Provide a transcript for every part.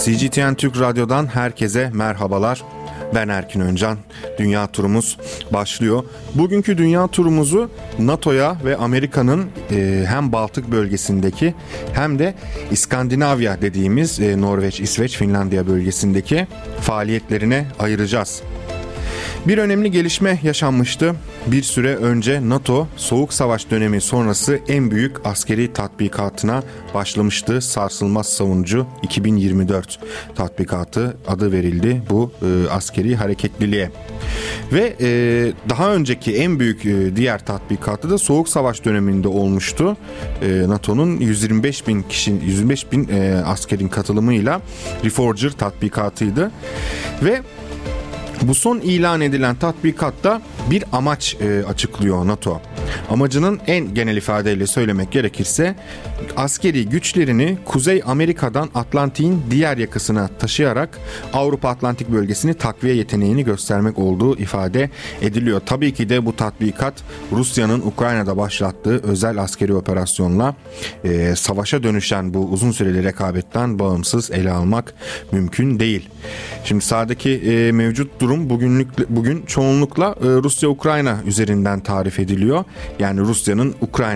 CGTN Türk Radyo'dan herkese merhabalar. Ben Erkin Öncan. Dünya turumuz başlıyor. Bugünkü dünya turumuzu NATO'ya ve Amerika'nın hem Baltık bölgesindeki hem de İskandinavya dediğimiz Norveç, İsveç, Finlandiya bölgesindeki faaliyetlerine ayıracağız. Bir önemli gelişme yaşanmıştı. Bir süre önce NATO, Soğuk Savaş dönemi sonrası en büyük askeri tatbikatına başlamıştı. Sarsılmaz Savunucu 2024 tatbikatı adı verildi bu askeri hareketliliğe. Ve daha önceki en büyük diğer tatbikatı da Soğuk Savaş döneminde olmuştu. NATO'nun 125 bin askerin katılımıyla Reforger tatbikatıydı. Ve bu son ilan edilen tatbikatta bir amaç açıklıyor NATO. Amacının en genel ifadeyle söylemek gerekirse askeri güçlerini Kuzey Amerika'dan Atlantik'in diğer yakasına taşıyarak Avrupa Atlantik bölgesini takviye yeteneğini göstermek olduğu ifade ediliyor. Tabii ki de bu tatbikat Rusya'nın Ukrayna'da başlattığı özel askeri operasyonla savaşa dönüşen bu uzun süreli rekabetten bağımsız ele almak mümkün değil. Şimdi sahadaki mevcut durum bugün çoğunlukla Rusya-Ukrayna üzerinden tarif ediliyor. Yani Rusya'nın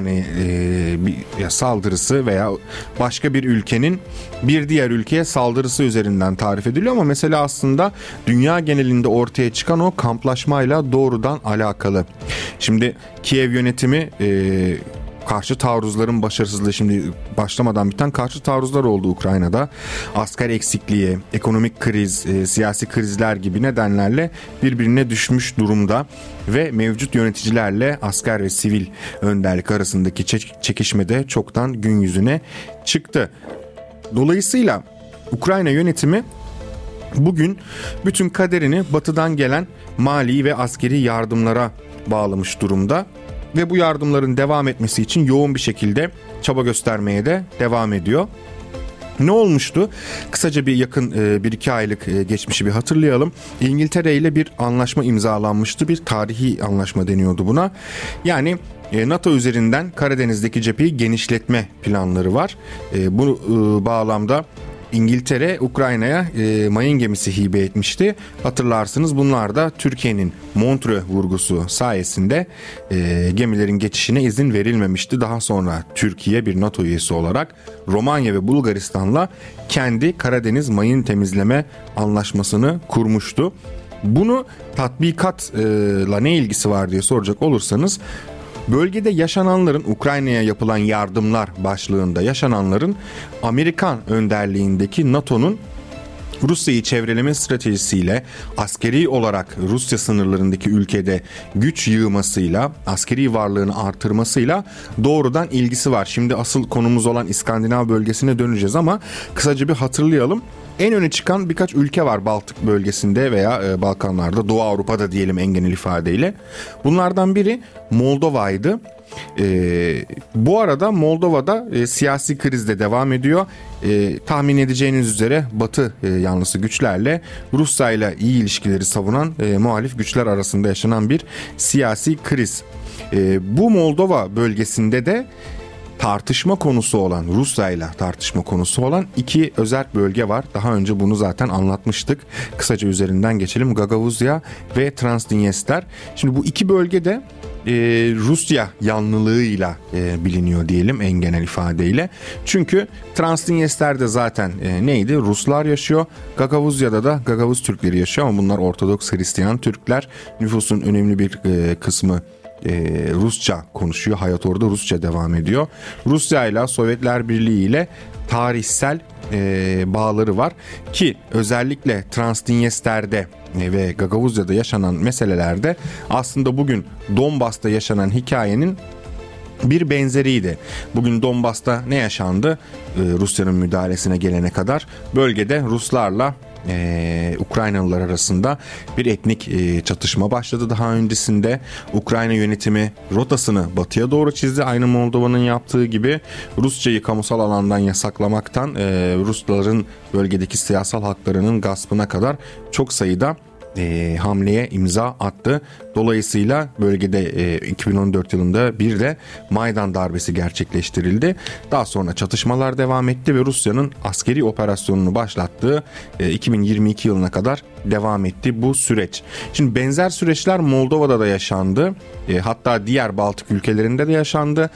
Ukrayna'ya saldırısı veya başka bir ülkenin bir diğer ülkeye saldırısı üzerinden tarif ediliyor ama mesele aslında dünya genelinde ortaya çıkan o kamplaşmayla doğrudan alakalı. Şimdi Kiev yönetimi karşı taarruzların başarısızlığı, şimdi başlamadan biten karşı taarruzlar oldu Ukrayna'da. Asker eksikliği, ekonomik kriz, siyasi krizler gibi nedenlerle birbirine düşmüş durumda ve mevcut yöneticilerle asker ve sivil önderlik arasındaki çekişme de çoktan gün yüzüne çıktı. Dolayısıyla Ukrayna yönetimi bugün bütün kaderini batıdan gelen mali ve askeri yardımlara bağlamış durumda. Ve bu yardımların devam etmesi için yoğun bir şekilde çaba göstermeye de devam ediyor. Ne olmuştu? Kısaca bir yakın 1-2 aylık geçmişi bir hatırlayalım. İngiltere ile bir anlaşma imzalanmıştı. Bir tarihi anlaşma deniyordu buna. Yani NATO üzerinden Karadeniz'deki cepheyi genişletme planları var. Bu bağlamda İngiltere Ukrayna'ya mayın gemisi hibe etmişti. Hatırlarsınız bunlar da Türkiye'nin Montreux vurgusu sayesinde gemilerin geçişine izin verilmemişti. Daha sonra Türkiye bir NATO üyesi olarak Romanya ve Bulgaristan'la kendi Karadeniz mayın temizleme anlaşmasını kurmuştu. Bunu tatbikatla ne ilgisi var diye soracak olursanız, bölgede yaşananların, Ukrayna'ya yapılan yardımlar başlığında yaşananların Amerikan önderliğindeki NATO'nun Rusya'yı çevreleme stratejisiyle askeri olarak Rusya sınırlarındaki ülkede güç yığmasıyla, askeri varlığını artırmasıyla doğrudan ilgisi var. Şimdi asıl konumuz olan İskandinav bölgesine döneceğiz ama kısaca bir hatırlayalım. En öne çıkan birkaç ülke var Baltık bölgesinde veya Balkanlarda, Doğu Avrupa'da diyelim en genel ifadeyle. Bunlardan biri Moldova'ydı. Bu arada Moldova'da siyasi kriz de devam ediyor. Tahmin edeceğiniz üzere Batı yanlısı güçlerle Rusya ile iyi ilişkileri savunan muhalif güçler arasında yaşanan bir siyasi kriz. Bu Moldova bölgesinde de tartışma konusu olan, Rusya ile tartışma konusu olan iki özerk bölge var. Daha önce bunu zaten anlatmıştık. Kısaca üzerinden geçelim. Gagavuzya ve Transdniester. Şimdi bu iki bölgede Rusya yanlılığıyla biliniyor diyelim en genel ifadeyle. Çünkü Transdniester'de zaten neydi? Ruslar yaşıyor. Gagavuzya'da da Gagavuz Türkleri yaşıyor ama bunlar Ortodoks Hristiyan Türkler. Nüfusun önemli bir kısmı Rusça konuşuyor. Hayat orada Rusça devam ediyor. Rusya ile Sovyetler Birliği ile tarihsel bağları var ki özellikle Transdniester'de ve Gagavuzya'da yaşanan meselelerde aslında bugün Donbas'ta yaşanan hikayenin bir benzeriydi. Bugün Donbas'ta ne yaşandı? Rusya'nın müdahalesine gelene kadar bölgede Ruslarla Ukraynalılar arasında bir etnik çatışma başladı. Daha öncesinde Ukrayna yönetimi rotasını batıya doğru çizdi. Aynı Moldova'nın yaptığı gibi Rusçayı kamusal alandan yasaklamaktan Rusların bölgedeki siyasal haklarının gaspına kadar çok sayıda hamleye imza attı. Dolayısıyla bölgede 2014 yılında bir de Maydan darbesi gerçekleştirildi. Daha sonra çatışmalar devam etti ve Rusya'nın askeri operasyonunu başlattığı 2022 yılına kadar devam etti bu süreç. Şimdi benzer süreçler Moldova'da da yaşandı. Hatta diğer Baltık ülkelerinde de yaşandı.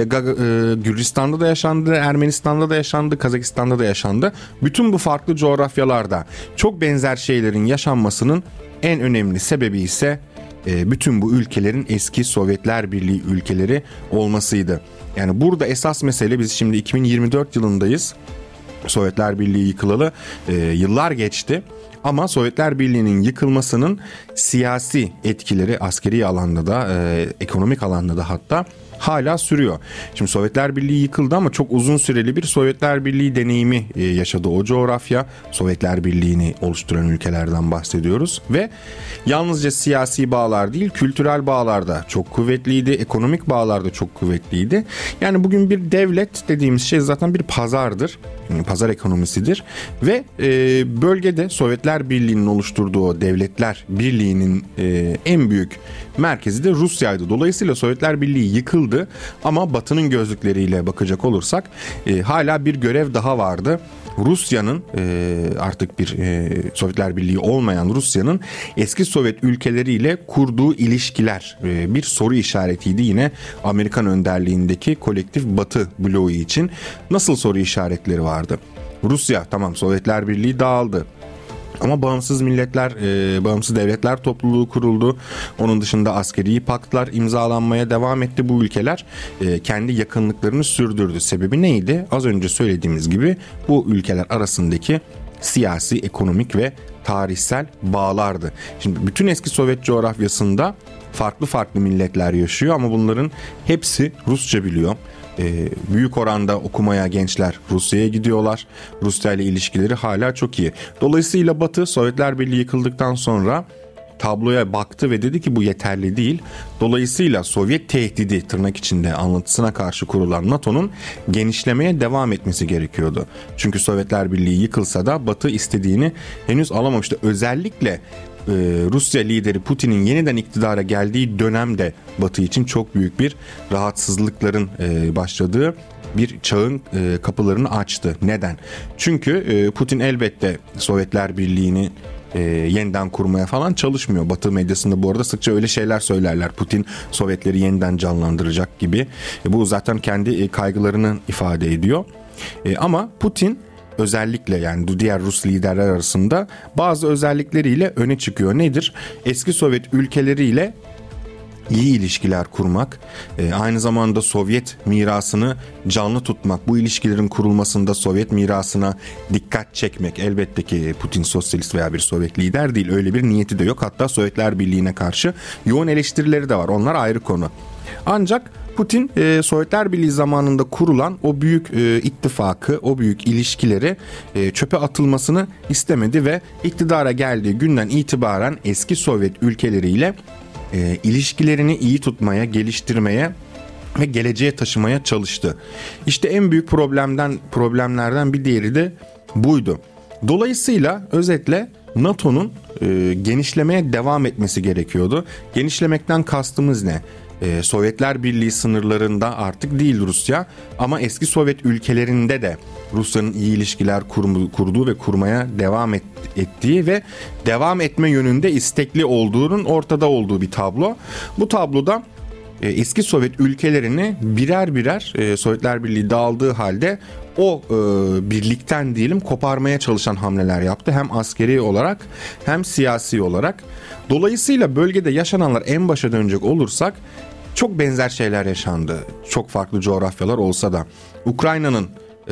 Gürcistan'da da yaşandı, Ermenistan'da da yaşandı, Kazakistan'da da yaşandı. Bütün bu farklı coğrafyalarda çok benzer şeylerin yaşanmasının en önemli sebebi ise bütün bu ülkelerin eski Sovyetler Birliği ülkeleri olmasıydı. Yani burada esas mesele, biz şimdi 2024 yılındayız. Sovyetler Birliği yıkılalı yıllar geçti. Ama Sovyetler Birliği'nin yıkılmasının siyasi etkileri askeri alanda da ekonomik alanda da hatta hala sürüyor. Şimdi Sovyetler Birliği yıkıldı ama çok uzun süreli bir Sovyetler Birliği deneyimi yaşadı o coğrafya. Sovyetler Birliği'ni oluşturan ülkelerden bahsediyoruz ve yalnızca siyasi bağlar değil, kültürel bağlar da çok kuvvetliydi, ekonomik bağlar da çok kuvvetliydi. Yani bugün bir devlet dediğimiz şey zaten bir pazardır. Pazar ekonomisidir ve bölgede Sovyetler Birliği'nin oluşturduğu o Devletler Birliği'nin en büyük merkezi de Rusya'ydı. Dolayısıyla Sovyetler Birliği yıkıldı ama Batı'nın gözlükleriyle bakacak olursak hala bir görev daha vardı. Rusya'nın artık bir Sovyetler Birliği olmayan Rusya'nın eski Sovyet ülkeleriyle kurduğu ilişkiler bir soru işaretiydi yine Amerikan önderliğindeki kolektif Batı bloğu için. Nasıl soru işaretleri vardı? Rusya tamam, Sovyetler Birliği dağıldı. Ama bağımsız milletler, bağımsız devletler topluluğu kuruldu. Onun dışında askeri paktlar imzalanmaya devam etti. Bu ülkeler kendi yakınlıklarını sürdürdü. Sebebi neydi? Az önce söylediğimiz gibi bu ülkeler arasındaki siyasi, ekonomik ve tarihsel bağlardı. Şimdi bütün eski Sovyet coğrafyasında farklı milletler yaşıyor ama bunların hepsi Rusça biliyor. Büyük oranda okumaya gençler Rusya'ya gidiyorlar. Rusya ile ilişkileri hala çok iyi. Dolayısıyla Batı Sovyetler Birliği yıkıldıktan sonra tabloya baktı ve dedi ki bu yeterli değil. Dolayısıyla Sovyet tehdidi tırnak içinde anlatısına karşı kurulan NATO'nun genişlemeye devam etmesi gerekiyordu. Çünkü Sovyetler Birliği yıkılsa da Batı istediğini henüz alamamıştı. Özellikle Rusya lideri Putin'in yeniden iktidara geldiği dönemde Batı için çok büyük bir rahatsızlıkların başladığı bir çağın kapılarını açtı. Neden? Çünkü Putin elbette Sovyetler Birliği'ni yeniden kurmaya falan çalışmıyor. Batı medyasında bu arada sıkça öyle şeyler söylerler. Putin Sovyetleri yeniden canlandıracak gibi. Bu zaten kendi kaygılarını ifade ediyor. Ama Putin özellikle yani diğer Rus liderler arasında bazı özellikleriyle öne çıkıyor. Nedir? Eski Sovyet ülkeleriyle iyi ilişkiler kurmak, aynı zamanda Sovyet mirasını canlı tutmak, bu ilişkilerin kurulmasında Sovyet mirasına dikkat çekmek. Elbette ki Putin sosyalist veya bir Sovyet lider değil, öyle bir niyeti de yok. Hatta Sovyetler Birliği'ne karşı yoğun eleştirileri de var, onlar ayrı konu. Ancak Putin Sovyetler Birliği zamanında kurulan o büyük ittifakı, o büyük ilişkileri çöpe atılmasını istemedi ve iktidara geldiği günden itibaren eski Sovyet ülkeleriyle ilişkilerini iyi tutmaya, geliştirmeye ve geleceğe taşımaya çalıştı. İşte en büyük problemlerden bir diğeri de buydu. Dolayısıyla özetle NATO'nun genişlemeye devam etmesi gerekiyordu. Genişlemekten kastımız ne? Sovyetler Birliği sınırlarında artık değil Rusya ama eski Sovyet ülkelerinde de Rusya'nın iyi ilişkiler kurduğu ve kurmaya devam ettiği ve devam etme yönünde istekli olduğunun ortada olduğu bir tablo. Bu tabloda eski Sovyet ülkelerini birer Sovyetler Birliği dağıldığı halde o birlikten diyelim koparmaya çalışan hamleler yaptı. Hem askeri olarak hem siyasi olarak. Dolayısıyla bölgede yaşananlar, en başa dönecek olursak, çok benzer şeyler yaşandı. Çok farklı coğrafyalar olsa da. Ukrayna'nın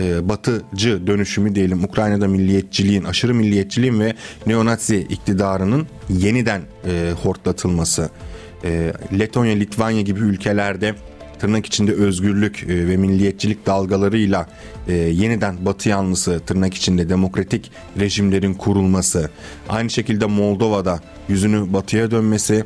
batıcı dönüşümü diyelim, Ukrayna'da milliyetçiliğin, aşırı milliyetçiliğin ve neonazi iktidarının yeniden hortlatılması, Letonya, Litvanya gibi ülkelerde tırnak içinde özgürlük ve milliyetçilik dalgalarıyla yeniden Batı yanlısı tırnak içinde demokratik rejimlerin kurulması, aynı şekilde Moldova'da yüzünü Batı'ya dönmesi,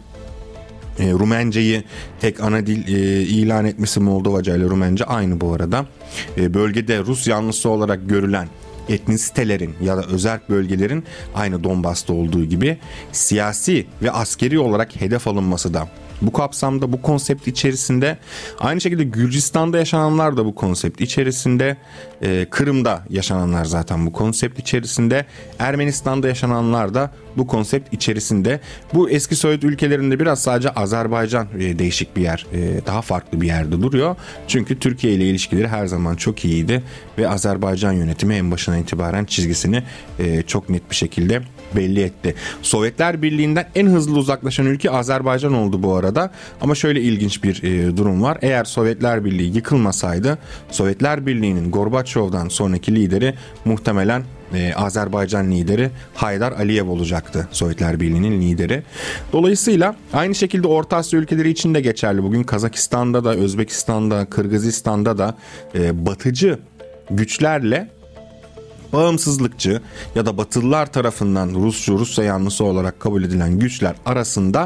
Rumenca'yı tek ana dil ilan etmesi, Moldovaca ile Rumence aynı bu arada. Bölgede Rus yanlısı olarak görülen etnisitelerin ya da özerk bölgelerin aynı Donbas'ta olduğu gibi siyasi ve askeri olarak hedef alınması da bu kapsamda, bu konsept içerisinde. Aynı şekilde Gürcistan'da yaşananlar da bu konsept içerisinde. Kırım'da yaşananlar zaten bu konsept içerisinde. Ermenistan'da yaşananlar da bu konsept içerisinde. Bu eski Sovyet ülkelerinde biraz sadece Azerbaycan değişik bir yer, daha farklı bir yerde duruyor. Çünkü Türkiye ile ilişkileri her zaman çok iyiydi ve Azerbaycan yönetimi en başından itibaren çizgisini çok net bir şekilde belli etti. Sovyetler Birliği'nden en hızlı uzaklaşan ülke Azerbaycan oldu bu arada. Ama şöyle ilginç bir durum var. Eğer Sovyetler Birliği yıkılmasaydı, Sovyetler Birliği'nin Gorbaçov'dan sonraki lideri muhtemelen Azerbaycan lideri Haydar Aliyev olacaktı, Sovyetler Birliği'nin lideri. Dolayısıyla aynı şekilde Orta Asya ülkeleri için de geçerli. Bugün Kazakistan'da da, Özbekistan'da, Kırgızistan'da da batıcı güçlerle bağımsızlıkçı ya da Batılılar tarafından Rusya yanlısı olarak kabul edilen güçler arasında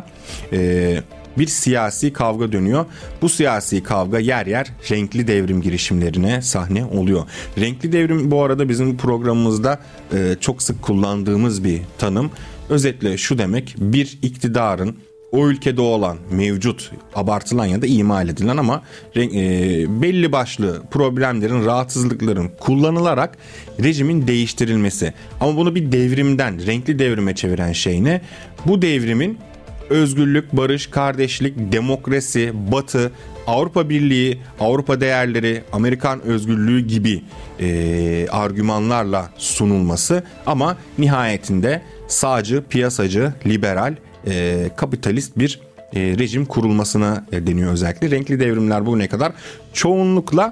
bir siyasi kavga dönüyor. Bu siyasi kavga yer yer renkli devrim girişimlerine sahne oluyor. Renkli devrim bu arada bizim programımızda çok sık kullandığımız bir tanım. Özetle şu demek: bir iktidarın o ülkede olan mevcut, abartılan ya da imal edilen ama belli başlı problemlerin, rahatsızlıkların kullanılarak rejimin değiştirilmesi. Ama bunu bir devrimden renkli devrime çeviren şey ne? Bu devrimin özgürlük, barış, kardeşlik, demokrasi, Batı, Avrupa Birliği, Avrupa değerleri, Amerikan özgürlüğü gibi argümanlarla sunulması ama nihayetinde sağcı, piyasacı, liberal, kapitalist bir rejim kurulmasına deniyor özellikle. Renkli devrimler bugüne kadar çoğunlukla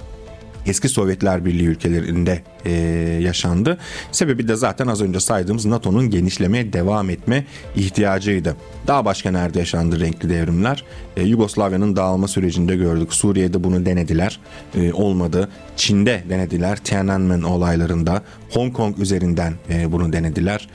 eski Sovyetler Birliği ülkelerinde yaşandı. Sebebi de zaten az önce saydığımız NATO'nun genişlemeye devam etme ihtiyacıydı. Daha başka nerede yaşandı renkli devrimler? Yugoslavya'nın dağılma sürecinde gördük. Suriye'de bunu denediler. Olmadı. Çin'de denediler. Tiananmen olaylarında. Hong Kong üzerinden bunu denediler.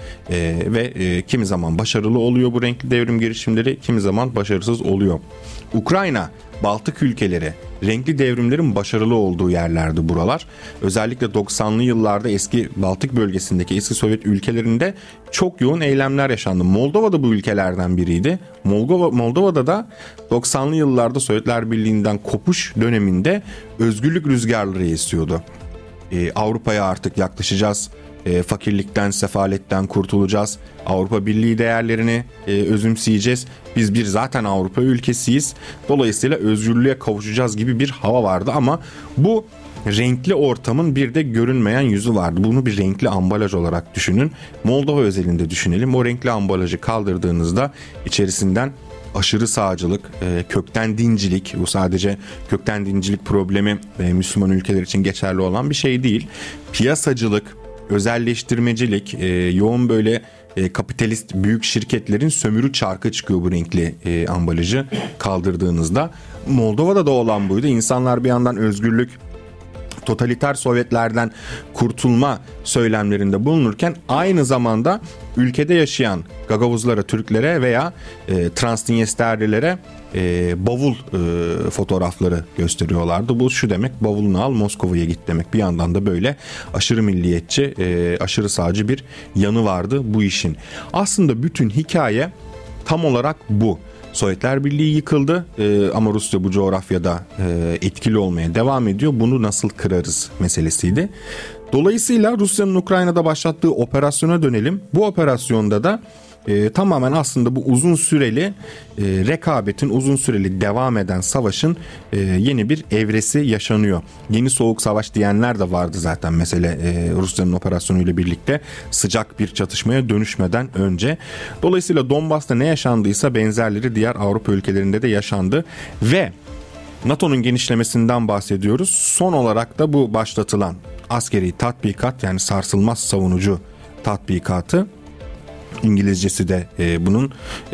Ve kimi zaman başarılı oluyor bu renkli devrim girişimleri, kimi zaman başarısız oluyor. Ukrayna, Baltık ülkeleri renkli devrimlerin başarılı olduğu yerlerdi buralar. Özellikle 90'lı yıllarda eski Baltık bölgesindeki eski Sovyet ülkelerinde çok yoğun eylemler yaşandı. Moldova da bu ülkelerden biriydi. Moldova'da da 90'lı yıllarda Sovyetler Birliği'nden kopuş döneminde özgürlük rüzgarları esiyordu. Avrupa'ya artık yaklaşacağız. Fakirlikten, sefaletten kurtulacağız. Avrupa Birliği değerlerini özümseyeceğiz. Biz bir zaten Avrupa ülkesiyiz. Dolayısıyla özgürlüğe kavuşacağız gibi bir hava vardı ama bu renkli ortamın bir de görünmeyen yüzü vardı. Bunu bir renkli ambalaj olarak düşünün. Moldova özelinde düşünelim. O renkli ambalajı kaldırdığınızda içerisinden aşırı sağcılık, kökten dincilik, bu sadece kökten dincilik problemi Müslüman ülkeler için geçerli olan bir şey değil. Piyasacılık, özelleştirmecilik, yoğun böyle kapitalist büyük şirketlerin sömürü çarkı çıkıyor bu renkli ambalajı kaldırdığınızda. Moldova'da da olan buydu. İnsanlar bir yandan özgürlük, totaliter Sovyetlerden kurtulma söylemlerinde bulunurken aynı zamanda ülkede yaşayan Gagavuzlara, Türklere veya Transnistryalilere bavul fotoğrafları gösteriyorlardı. Bu şu demek: bavulunu al, Moskova'ya git demek. Bir yandan da böyle aşırı milliyetçi, aşırı sağcı bir yanı vardı bu işin. Aslında bütün hikaye tam olarak bu. Sovyetler Birliği yıkıldı ama Rusya bu coğrafyada etkili olmaya devam ediyor. Bunu nasıl kırarız meselesiydi. Dolayısıyla Rusya'nın Ukrayna'da başlattığı operasyona dönelim. Bu operasyonda da tamamen aslında bu uzun süreli rekabetin, uzun süreli devam eden savaşın yeni bir evresi yaşanıyor. Yeni soğuk savaş diyenler de vardı zaten mesele Rusya'nın operasyonuyla birlikte sıcak bir çatışmaya dönüşmeden önce. Dolayısıyla Donbas'ta ne yaşandıysa benzerleri diğer Avrupa ülkelerinde de yaşandı ve NATO'nun genişlemesinden bahsediyoruz. Son olarak da bu başlatılan askeri tatbikat, yani sarsılmaz savunucu tatbikatı, İngilizcesi de bunun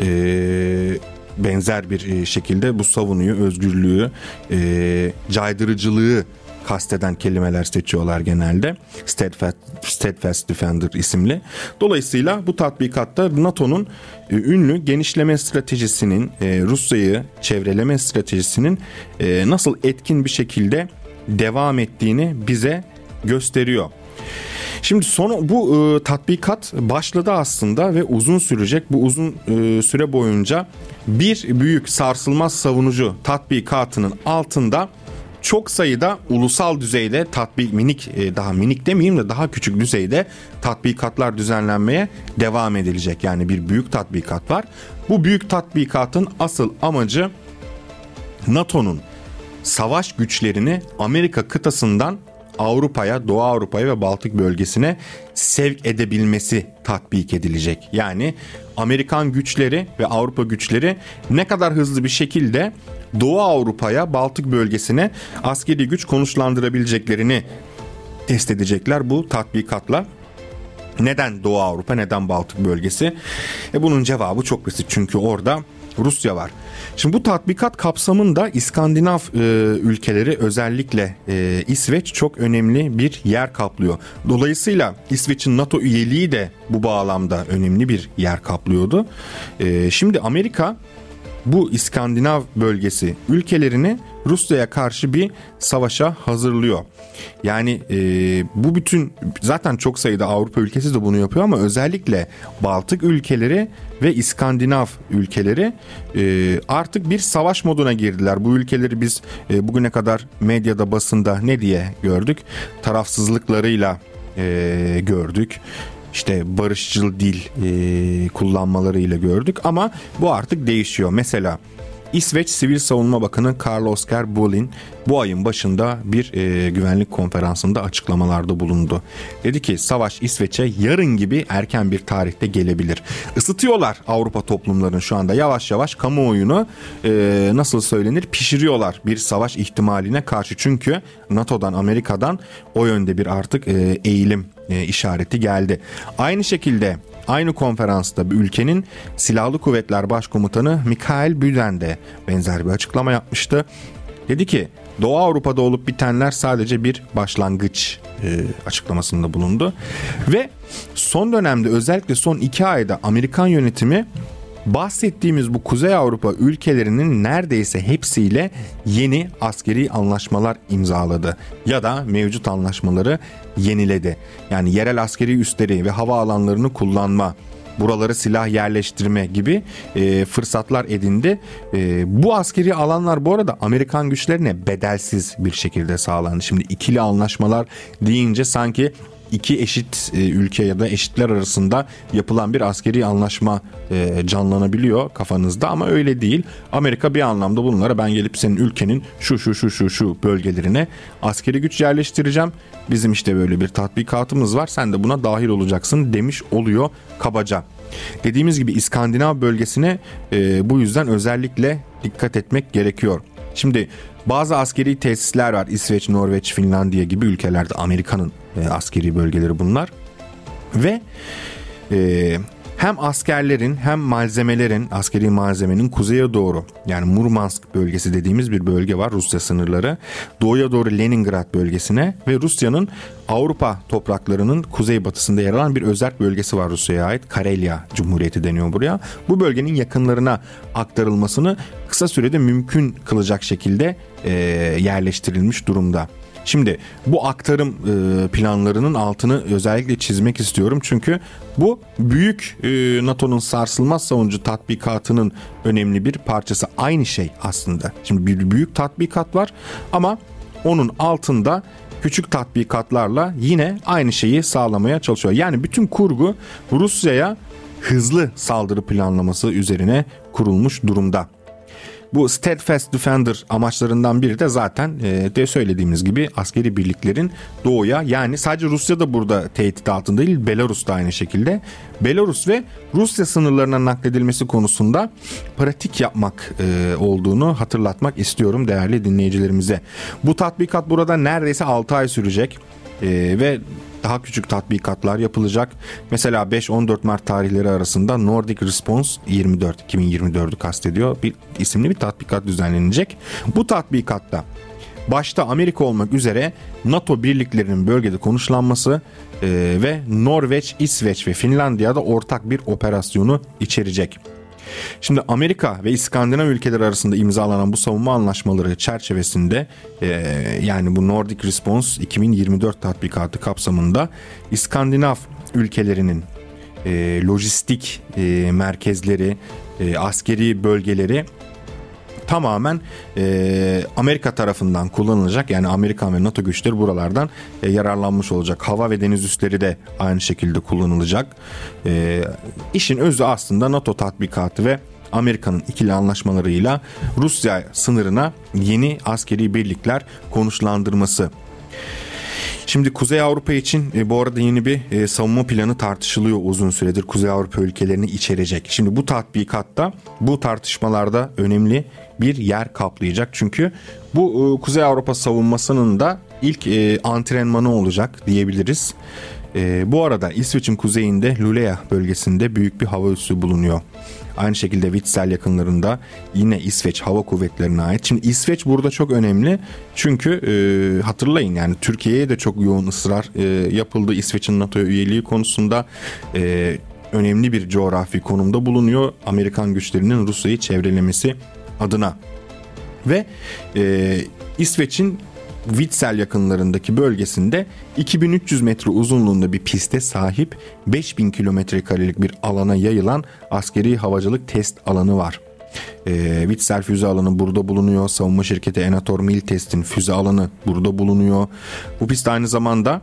benzer bir şekilde bu savunuyu, özgürlüğü, caydırıcılığı kasteden kelimeler seçiyorlar genelde. Steadfast Defender isimli. Dolayısıyla bu tatbikatta NATO'nun ünlü genişleme stratejisinin, Rusya'yı çevreleme stratejisinin nasıl etkin bir şekilde devam ettiğini bize gösteriyor. Şimdi bu tatbikat başladı aslında ve uzun sürecek. Bu uzun süre boyunca bir büyük sarsılmaz savunucu tatbikatının altında çok sayıda ulusal düzeyde daha minik demeyeyim de daha küçük düzeyde tatbikatlar düzenlenmeye devam edilecek. Yani bir büyük tatbikat var. Bu büyük tatbikatın asıl amacı NATO'nun savaş güçlerini Amerika kıtasından Avrupa'ya, Doğu Avrupa'ya ve Baltık bölgesine sevk edebilmesi tatbik edilecek. Yani Amerikan güçleri ve Avrupa güçleri ne kadar hızlı bir şekilde Doğu Avrupa'ya, Baltık bölgesine askeri güç konuşlandırabileceklerini test edecekler bu tatbikatla. Neden Doğu Avrupa, neden Baltık bölgesi? Bunun cevabı çok basit. Çünkü orada Rusya var. Şimdi bu tatbikat kapsamında İskandinav ülkeleri, özellikle İsveç çok önemli bir yer kaplıyor. Dolayısıyla İsveç'in NATO üyeliği de bu bağlamda önemli bir yer kaplıyordu. Şimdi Amerika bu İskandinav bölgesi ülkelerini Rusya'ya karşı bir savaşa hazırlıyor. Yani bu bütün zaten çok sayıda Avrupa ülkesi de bunu yapıyor ama özellikle Baltık ülkeleri ve İskandinav ülkeleri artık bir savaş moduna girdiler. Bu ülkeleri biz bugüne kadar medyada, basında ne diye gördük? Tarafsızlıklarıyla gördük. İşte barışçıl dil kullanmalarıyla gördük ama bu artık değişiyor. Mesela İsveç Sivil Savunma Bakanı Karl Oskar Bolin bu ayın başında bir güvenlik konferansında açıklamalarda bulundu. Dedi ki savaş İsveç'e yarın gibi erken bir tarihte gelebilir. Isıtıyorlar Avrupa toplumlarını şu anda yavaş yavaş, kamuoyunu nasıl söylenir, pişiriyorlar bir savaş ihtimaline karşı. Çünkü NATO'dan, Amerika'dan o yönde bir artık eğilim işareti geldi. Aynı şekilde aynı konferansta bir ülkenin Silahlı Kuvvetler Başkomutanı Mikael Büden de benzer bir açıklama yapmıştı. Dedi ki Doğu Avrupa'da olup bitenler sadece bir başlangıç açıklamasında bulundu. Ve son dönemde, özellikle son 2 ayda Amerikan yönetimi bahsettiğimiz bu Kuzey Avrupa ülkelerinin neredeyse hepsiyle yeni askeri anlaşmalar imzaladı ya da mevcut anlaşmaları yeniledi. Yani yerel askeri üsleri ve hava alanlarını kullanma, buraları silah yerleştirme gibi fırsatlar edindi. Bu askeri alanlar bu arada Amerikan güçlerine bedelsiz bir şekilde sağlandı. Şimdi ikili anlaşmalar deyince sanki iki eşit ülke ya da eşitler arasında yapılan bir askeri anlaşma canlanabiliyor kafanızda ama öyle değil. Amerika bir anlamda bunlara, ben gelip senin ülkenin şu bölgelerine askeri güç yerleştireceğim. Bizim işte böyle bir tatbikatımız var. Sen de buna dahil olacaksın demiş oluyor kabaca. Dediğimiz gibi İskandinav bölgesine bu yüzden özellikle dikkat etmek gerekiyor. Şimdi bazı askeri tesisler var. İsveç, Norveç, Finlandiya gibi ülkelerde Amerika'nın askeri bölgeleri bunlar. Ve hem askerlerin hem malzemelerin, askeri malzemenin kuzeye doğru, yani Murmansk bölgesi dediğimiz bir bölge var, Rusya sınırları. Doğuya doğru Leningrad bölgesine ve Rusya'nın Avrupa topraklarının kuzeybatısında yer alan bir özerk bölgesi var Rusya'ya ait. Karelya Cumhuriyeti deniyor buraya. Bu bölgenin yakınlarına aktarılmasını kısa sürede mümkün kılacak şekilde yerleştirilmiş durumda. Şimdi bu aktarım planlarının altını özellikle çizmek istiyorum. Çünkü bu büyük NATO'nun sarsılmaz savunucu tatbikatının önemli bir parçası. Aynı şey aslında. Şimdi bir büyük tatbikat var ama onun altında küçük tatbikatlarla yine aynı şeyi sağlamaya çalışıyor. Yani bütün kurgu Rusya'ya hızlı saldırı planlaması üzerine kurulmuş durumda. Bu Steadfast Defender amaçlarından biri de zaten de söylediğimiz gibi askeri birliklerin doğuya, yani sadece Rusya da burada tehdit altında değil, Belarus da aynı şekilde. Belarus ve Rusya sınırlarına nakledilmesi konusunda pratik yapmak olduğunu hatırlatmak istiyorum değerli dinleyicilerimize. Bu tatbikat burada neredeyse 6 ay sürecek ve daha küçük tatbikatlar yapılacak. Mesela 5-14 Mart tarihleri arasında Nordic Response 2024'ü kastediyor, bir isimli bir tatbikat düzenlenecek. Bu tatbikatta başta Amerika olmak üzere NATO birliklerinin bölgede konuşlanması ve Norveç, İsveç ve Finlandiya'da ortak bir operasyonu içerecek. Şimdi Amerika ve İskandinav ülkeleri arasında imzalanan bu savunma anlaşmaları çerçevesinde yani bu Nordic Response 2024 tatbikatı kapsamında İskandinav ülkelerinin lojistik merkezleri, askeri bölgeleri tamamen Amerika tarafından kullanılacak. Yani Amerikan ve NATO güçleri buralardan yararlanmış olacak. Hava ve deniz üsleri de aynı şekilde kullanılacak. İşin özü aslında NATO tatbikatı ve Amerika'nın ikili anlaşmalarıyla Rusya sınırına yeni askeri birlikler konuşlandırması. Şimdi Kuzey Avrupa için bu arada yeni bir savunma planı tartışılıyor uzun süredir. Kuzey Avrupa ülkelerini içerecek. Şimdi bu tatbikatta bu tartışmalarda önemli bir yer kaplayacak. Çünkü bu Kuzey Avrupa savunmasının da ilk antrenmanı olacak diyebiliriz. Bu arada İsveç'in kuzeyinde Luleå bölgesinde büyük bir hava üssü bulunuyor. Aynı şekilde Witzel yakınlarında yine İsveç Hava Kuvvetleri'ne ait. Şimdi İsveç burada çok önemli. Çünkü hatırlayın yani Türkiye'ye de çok yoğun ısrar yapıldı. İsveç'in NATO üyeliği konusunda önemli bir coğrafi konumda bulunuyor. Amerikan güçlerinin Rusya'yı çevrelemesi adına. Ve İsveç'in Witzel yakınlarındaki bölgesinde 2300 metre uzunluğunda bir piste sahip 5000 kilometrekarelik bir alana yayılan askeri havacılık test alanı var. Witzel füze alanı burada bulunuyor. Savunma şirketi Enator Miltest'in füze alanı burada bulunuyor. Bu pist aynı zamanda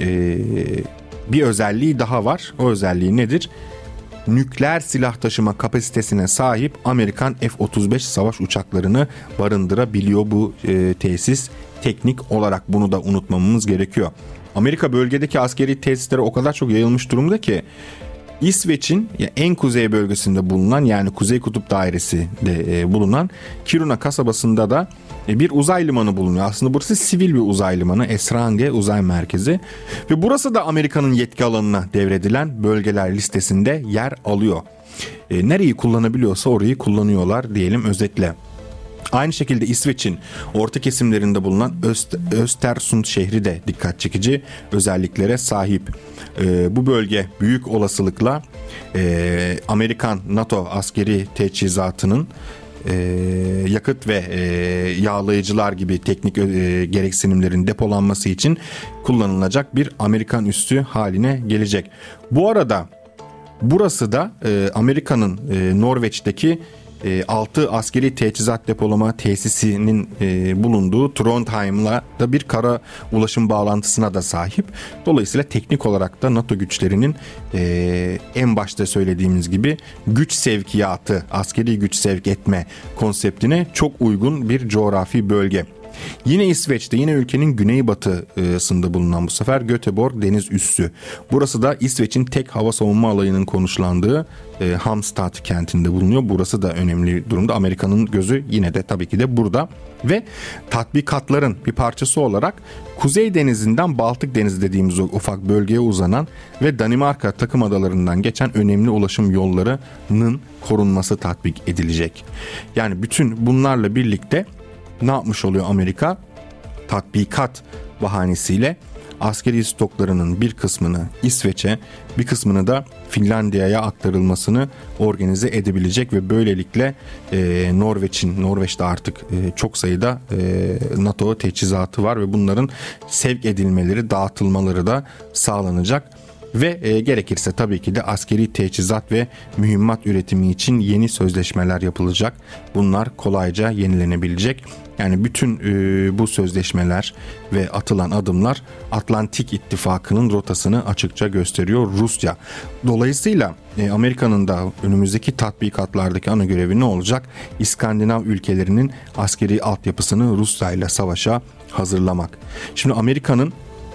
bir özelliği daha var. O özelliği nedir? Nükleer silah taşıma kapasitesine sahip Amerikan F-35 savaş uçaklarını barındırabiliyor bu tesis. Teknik olarak bunu da unutmamamız gerekiyor. Amerika bölgedeki askeri tesislere o kadar çok yayılmış durumda ki İsveç'in en kuzey bölgesinde bulunan yani Kuzey Kutup Dairesi'nde bulunan Kiruna kasabasında da bir uzay limanı bulunuyor. Aslında burası sivil bir uzay limanı, Esrange Uzay Merkezi ve burası da Amerika'nın yetki alanına devredilen bölgeler listesinde yer alıyor. Nereyi kullanabiliyorsa orayı kullanıyorlar diyelim özetle. Aynı şekilde İsveç'in orta kesimlerinde bulunan Östersund şehri de dikkat çekici özelliklere sahip. Bu bölge büyük olasılıkla Amerikan NATO askeri teçhizatının yakıt ve yağlayıcılar gibi teknik gereksinimlerin depolanması için kullanılacak bir Amerikan üssü haline gelecek. Bu arada burası da Amerika'nın Norveç'teki 6 askeri teçhizat depolama tesisinin bulunduğu Trondheim'la da bir kara ulaşım bağlantısına da sahip. Dolayısıyla teknik olarak da NATO güçlerinin en başta söylediğimiz gibi güç sevkiyatı, askeri güç sevk etme konseptine çok uygun bir coğrafi bölge. Yine İsveç'te yine ülkenin güneybatısında bulunan bu sefer Göteborg deniz üssü. Burası da İsveç'in tek hava savunma alayının konuşlandığı Halmstad kentinde bulunuyor. Burası da önemli durumda. Amerika'nın gözü yine de tabii ki de burada. Ve tatbikatların bir parçası olarak Kuzey Denizi'nden Baltık Denizi dediğimiz o ufak bölgeye uzanan ve Danimarka takım adalarından geçen önemli ulaşım yollarının korunması tatbik edilecek. Yani bütün bunlarla birlikte ne yapmış oluyor Amerika? Tatbikat bahanesiyle askeri stoklarının bir kısmını İsveç'e, bir kısmını da Finlandiya'ya aktarılmasını organize edebilecek ve böylelikle Norveç'te artık çok sayıda NATO teçhizatı var ve bunların sevk edilmeleri, dağıtılmaları da sağlanacak. Ve gerekirse tabii ki de askeri teçhizat ve mühimmat üretimi için yeni sözleşmeler yapılacak. Bunlar kolayca yenilenebilecek. Yani bütün bu sözleşmeler ve atılan adımlar Atlantik İttifakı'nın rotasını açıkça gösteriyor Rusya. Dolayısıyla Amerika'nın da önümüzdeki tatbikatlardaki ana görevi ne olacak? İskandinav ülkelerinin askeri altyapısını Rusya ile savaşa hazırlamak. Şimdi Amerika'nın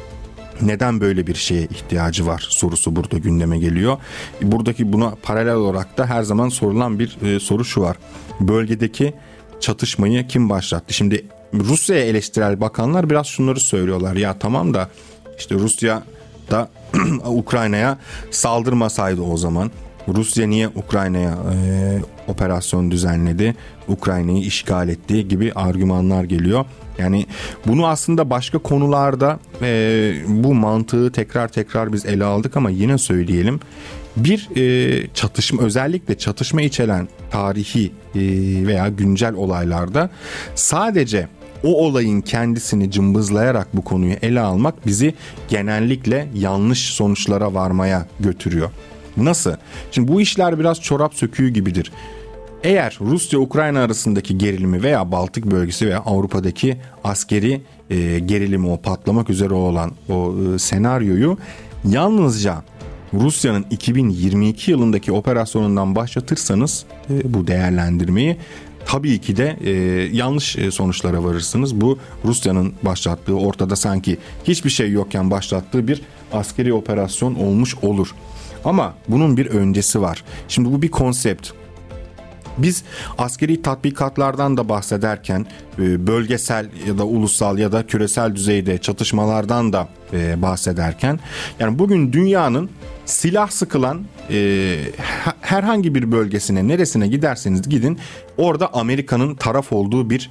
neden böyle bir şeye ihtiyacı var sorusu burada gündeme geliyor. Buradaki buna paralel olarak da her zaman sorulan bir soru şu var. Bölgedeki çatışmayı kim başlattı? Şimdi Rusya'ya eleştirel bakanlar biraz şunları söylüyorlar. Ya tamam da işte Rusya da Ukrayna'ya saldırmasaydı o zaman. Rusya niye Ukrayna'ya operasyon düzenledi? Ukrayna'yı işgal etti gibi argümanlar geliyor. Yani bunu aslında başka konularda bu mantığı tekrar biz ele aldık ama yine söyleyelim. bir çatışma, özellikle çatışma içeren tarihi veya güncel olaylarda sadece o olayın kendisini cımbızlayarak bu konuyu ele almak bizi genellikle yanlış sonuçlara varmaya götürüyor. Nasıl? Şimdi bu işler biraz çorap söküğü gibidir. Eğer Rusya-Ukrayna arasındaki gerilimi veya Baltık bölgesi veya Avrupa'daki askeri gerilimi, o patlamak üzere olan o senaryoyu yalnızca Rusya'nın 2022 yılındaki operasyonundan başlatırsanız bu değerlendirmeyi, tabii ki de yanlış sonuçlara varırsınız. Bu Rusya'nın başlattığı, ortada sanki hiçbir şey yokken başlattığı bir askeri operasyon olmuş olur. Ama bunun bir öncesi var. Şimdi bu bir konsept. Biz askeri tatbikatlardan da bahsederken bölgesel ya da ulusal ya da küresel düzeyde çatışmalardan da bahsederken, yani bugün dünyanın silah sıkılan herhangi bir bölgesine, neresine giderseniz gidin, orada Amerika'nın taraf olduğu bir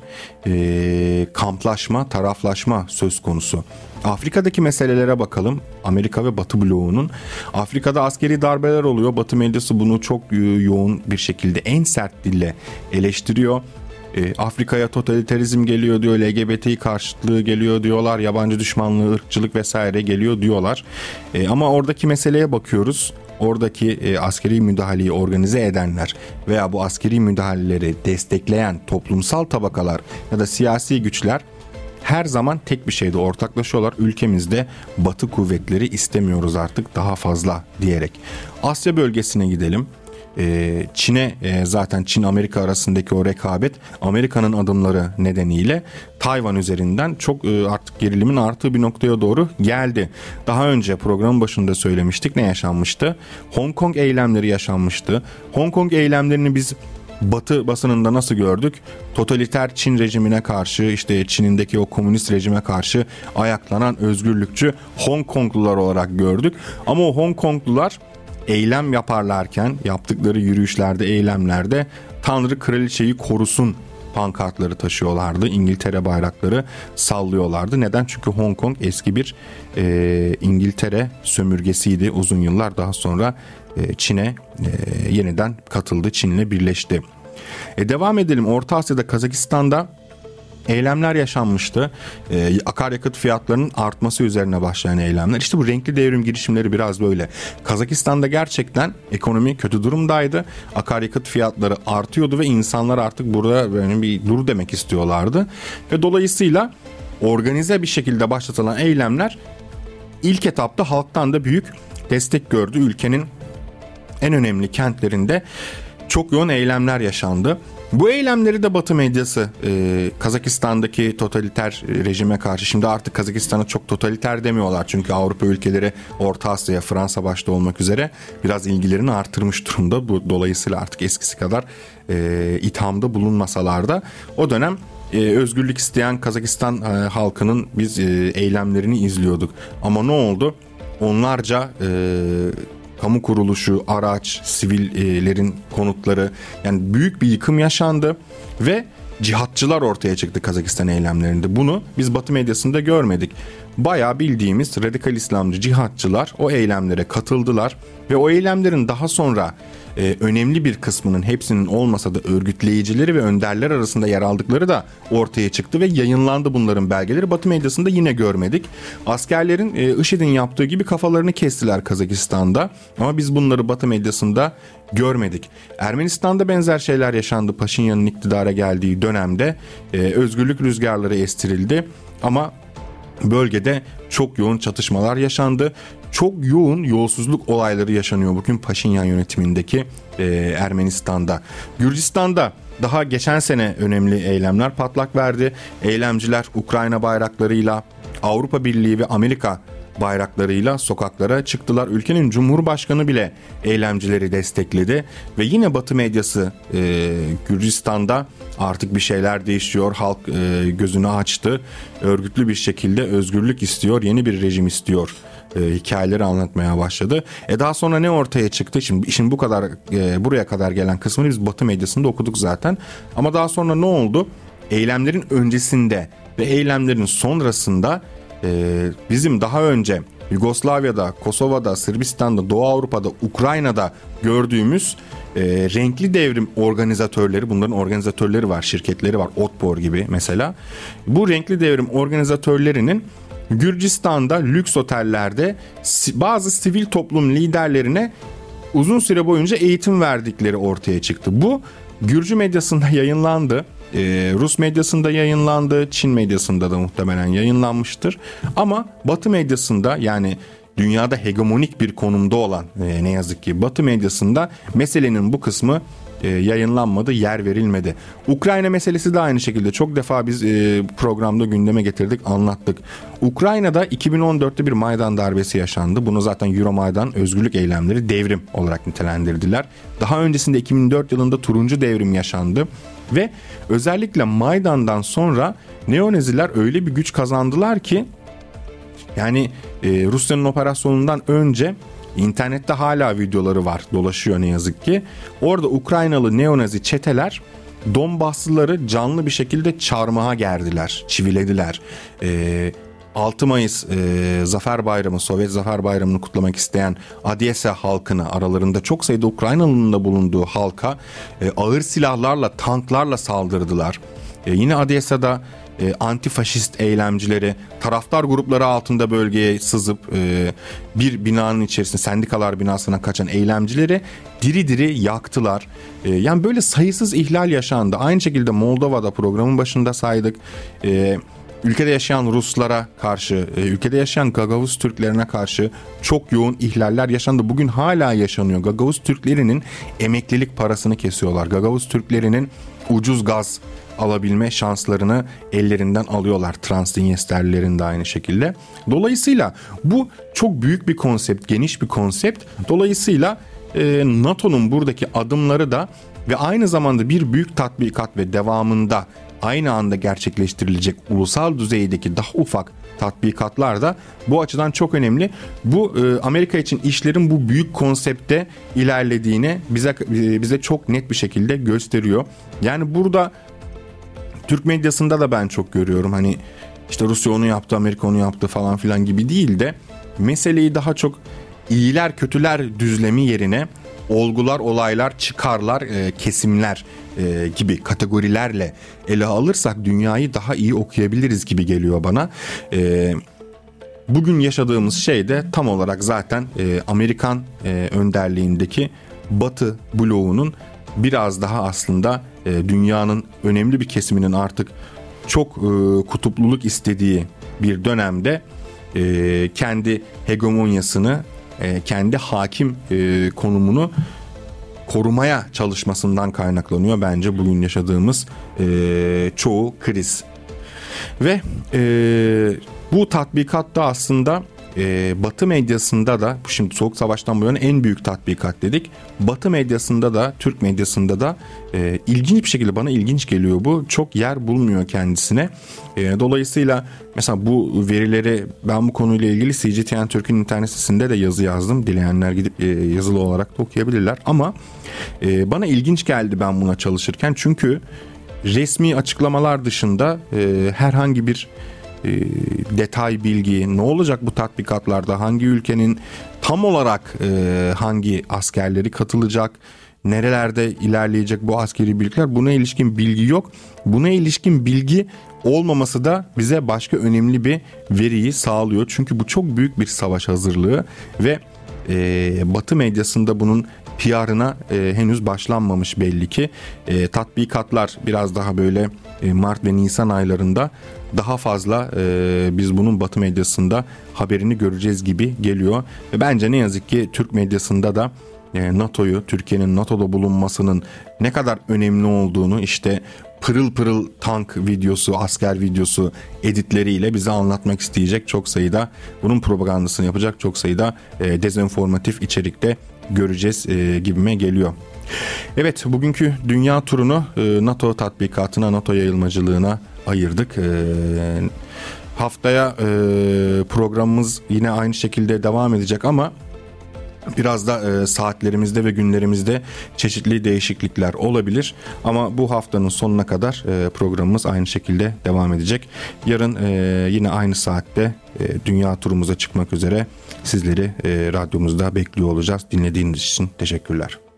kamplaşma, taraflaşma söz konusu. Afrika'daki meselelere bakalım. Amerika ve Batı bloğunun. Afrika'da askeri darbeler oluyor. Batı medyası bunu çok yoğun bir şekilde, en sert dille eleştiriyor. Afrika'ya totalitarizm geliyor diyor, LGBTİ karşıtlığı geliyor diyorlar, yabancı düşmanlığı, ırkçılık vesaire geliyor diyorlar. Ama oradaki meseleye bakıyoruz. Oradaki askeri müdahaleyi organize edenler veya bu askeri müdahaleleri destekleyen toplumsal tabakalar ya da siyasi güçler her zaman tek bir şeyde ortaklaşıyorlar. Ülkemizde Batı kuvvetleri istemiyoruz artık daha fazla diyerek. Asya bölgesine gidelim. Çin'e zaten Çin-Amerika arasındaki o rekabet, Amerika'nın adımları nedeniyle Tayvan üzerinden çok artık gerilimin arttığı bir noktaya doğru geldi. Daha önce programın başında söylemiştik, ne yaşanmıştı? Hong Kong eylemleri yaşanmıştı. Hong Kong eylemlerini biz Batı basınında nasıl gördük? Totaliter Çin rejimine karşı, işte Çin'indeki o komünist rejime karşı ayaklanan özgürlükçü Hong Konglular olarak gördük. Ama o Hong Konglular eylem yaparlarken, yaptıkları yürüyüşlerde, eylemlerde Tanrı kraliçeyi korusun pankartları taşıyorlardı. İngiltere bayrakları sallıyorlardı. Neden? Çünkü Hong Kong eski bir İngiltere sömürgesiydi uzun yıllar. Daha sonra Çin'e yeniden katıldı. Çin'le birleşti. Devam edelim. Orta Asya'da, Kazakistan'da eylemler yaşanmıştı. Akaryakıt fiyatlarının artması üzerine başlayan eylemler. İşte bu renkli devrim girişimleri biraz böyle. Kazakistan'da gerçekten ekonomi kötü durumdaydı. Akaryakıt fiyatları artıyordu ve insanlar artık burada böyle bir dur demek istiyorlardı. Ve dolayısıyla organize bir şekilde başlatılan eylemler ilk etapta halktan da büyük destek gördü. Ülkenin en önemli kentlerinde çok yoğun eylemler yaşandı. Bu eylemleri de Batı medyası Kazakistan'daki totaliter rejime karşı, şimdi artık Kazakistan'a çok totaliter demiyorlar çünkü Avrupa ülkeleri Orta Asya'ya, Fransa başta olmak üzere biraz ilgilerini artırmış durumda. Bu dolayısıyla artık eskisi kadar ithamda bulunmasalar da o dönem özgürlük isteyen Kazakistan halkının biz eylemlerini izliyorduk. Ama ne oldu? Onlarca kamu kuruluşu, araç, sivillerin konutları, yani büyük bir yıkım yaşandı ve cihatçılar ortaya çıktı Kazakistan eylemlerinde. Bunu biz Batı medyasında görmedik. Bayağı bildiğimiz radikal İslamcı cihatçılar o eylemlere katıldılar ve o eylemlerin daha sonra önemli bir kısmının, hepsinin olmasa da örgütleyicileri ve önderler arasında yer aldıkları da ortaya çıktı ve yayınlandı bunların belgeleri. Batı medyasında yine görmedik. Askerlerin IŞİD'in yaptığı gibi kafalarını kestiler Kazakistan'da ama biz bunları Batı medyasında görmedik. Ermenistan'da benzer şeyler yaşandı. Paşinyan'ın iktidara geldiği dönemde özgürlük rüzgarları estirildi ama bölgede çok yoğun çatışmalar yaşandı. Çok yoğun yolsuzluk olayları yaşanıyor bugün Paşinyan yönetimindeki Ermenistan'da. Gürcistan'da daha geçen sene önemli eylemler patlak verdi. Eylemciler Ukrayna bayraklarıyla, Avrupa Birliği ve Amerika bayraklarıyla sokaklara çıktılar. Ülkenin Cumhurbaşkanı bile eylemcileri destekledi ve yine Batı medyası Gürcistan'da artık bir şeyler değişiyor. Halk gözünü açtı. Örgütlü bir şekilde özgürlük istiyor, yeni bir rejim istiyor. Hikayeleri anlatmaya başladı. Daha sonra ne ortaya çıktı? Şimdi işin bu kadar buraya kadar gelen kısmını biz Batı medyasında okuduk zaten. Ama daha sonra ne oldu? Eylemlerin öncesinde ve eylemlerin sonrasında bizim daha önce Yugoslavya'da, Kosova'da, Sırbistan'da, Doğu Avrupa'da, Ukrayna'da gördüğümüz renkli devrim organizatörleri, bunların organizatörleri var, şirketleri var, Otpor gibi mesela. Bu renkli devrim organizatörlerinin Gürcistan'da lüks otellerde bazı sivil toplum liderlerine uzun süre boyunca eğitim verdikleri ortaya çıktı. Bu Gürcü medyasında yayınlandı. Rus medyasında yayınlandı. Çin medyasında da muhtemelen yayınlanmıştır. Ama Batı medyasında, yani dünyada hegemonik bir konumda olan ne yazık ki Batı medyasında meselenin bu kısmı yayınlanmadı, yer verilmedi. Ukrayna meselesi de aynı şekilde çok defa biz programda gündeme getirdik, anlattık. Ukrayna'da 2014'te bir Maydan darbesi yaşandı. Bunu zaten Euromaidan özgürlük eylemleri devrim olarak nitelendirdiler. Daha öncesinde 2004 yılında Turuncu Devrim yaşandı. Ve özellikle Maydan'dan sonra neonaziler öyle bir güç kazandılar ki, yani Rusya'nın operasyonundan önce internette hala videoları var, dolaşıyor ne yazık ki. Orada Ukraynalı neonazi çeteler Donbaslıları canlı bir şekilde çarmıha gerdiler, çivilediler. 6 Mayıs Zafer Bayramı, Sovyet Zafer Bayramı'nı kutlamak isteyen Odessa halkına, aralarında çok sayıda Ukraynalı'nın da bulunduğu halka ağır silahlarla, tanklarla saldırdılar. Yine Odessa'da antifaşist eylemcileri taraftar grupları altında bölgeye sızıp bir binanın içerisinde, sendikalar binasına kaçan eylemcileri diri diri yaktılar. Yani böyle sayısız ihlal yaşandı. Aynı şekilde Moldova'da programın başında saydık. Ülkede yaşayan Ruslara karşı, ülkede yaşayan Gagavuz Türklerine karşı çok yoğun ihlaller yaşandı. Bugün hala yaşanıyor. Gagavuz Türklerinin emeklilik parasını kesiyorlar. Gagavuz Türklerinin ucuz gaz alabilme şanslarını ellerinden alıyorlar. Transdinyesterlilerin de aynı şekilde. Dolayısıyla bu çok büyük bir konsept, geniş bir konsept. Dolayısıyla NATO'nun buradaki adımları da ve aynı zamanda bir büyük tatbikat ve devamında aynı anda gerçekleştirilecek ulusal düzeydeki daha ufak tatbikatlar da bu açıdan çok önemli. Bu Amerika için işlerin bu büyük konsepte ilerlediğini bize çok net bir şekilde gösteriyor. Yani burada Türk medyasında da ben çok görüyorum. Hani işte Rusya onu yaptı, Amerika onu yaptı falan filan gibi değil de meseleyi daha çok iyiler kötüler düzlemi yerine olgular, olaylar, çıkarlar, kesimler gibi kategorilerle ele alırsak dünyayı daha iyi okuyabiliriz gibi geliyor bana. Bugün yaşadığımız şey de tam olarak zaten Amerikan önderliğindeki Batı bloğunun biraz daha aslında dünyanın önemli bir kesiminin artık çok kutupluluk istediği bir dönemde kendi hegemonyasını, kendi hakim konumunu korumaya çalışmasından kaynaklanıyor bence bugün yaşadığımız çoğu kriz. Ve bu tatbikatta aslında Batı medyasında da, şimdi Soğuk Savaş'tan bu yana en büyük tatbikat dedik. Batı medyasında da, Türk medyasında da ilginç bir şekilde, bana ilginç geliyor bu. Çok yer bulmuyor kendisine. Dolayısıyla mesela bu verileri ben bu konuyla ilgili CGTN Türk'ün internet sitesinde de yazı yazdım. Dileyenler gidip yazılı olarak da okuyabilirler. Ama bana ilginç geldi ben buna çalışırken. Çünkü resmi açıklamalar dışında herhangi bir detay bilgi, ne olacak bu tatbikatlarda, hangi ülkenin tam olarak hangi askerleri katılacak, nerelerde ilerleyecek bu askeri birlikler, buna ilişkin bilgi yok. Buna ilişkin bilgi olmaması da bize başka önemli bir veriyi sağlıyor. Çünkü bu çok büyük bir savaş hazırlığı ve Batı medyasında bunun PR'ına henüz başlanmamış belli ki. Tatbikatlar biraz daha böyle Mart ve Nisan aylarında daha fazla biz bunun Batı medyasında haberini göreceğiz gibi geliyor. Ve bence ne yazık ki Türk medyasında da NATO'yu, Türkiye'nin NATO'da bulunmasının ne kadar önemli olduğunu, işte pırıl pırıl tank videosu, asker videosu editleriyle bize anlatmak isteyecek çok sayıda, bunun propagandasını yapacak çok sayıda dezenformatif içerikte göreceğiz gibime geliyor. Evet, bugünkü dünya turunu NATO tatbikatına, NATO yayılmacılığına ayırdık. Haftaya programımız yine aynı şekilde devam edecek ama Biraz da saatlerimizde ve günlerimizde çeşitli değişiklikler olabilir. Ama bu haftanın sonuna kadar programımız aynı şekilde devam edecek. Yarın yine aynı saatte dünya turumuza çıkmak üzere sizleri radyomuzda bekliyor olacağız. Dinlediğiniz için teşekkürler.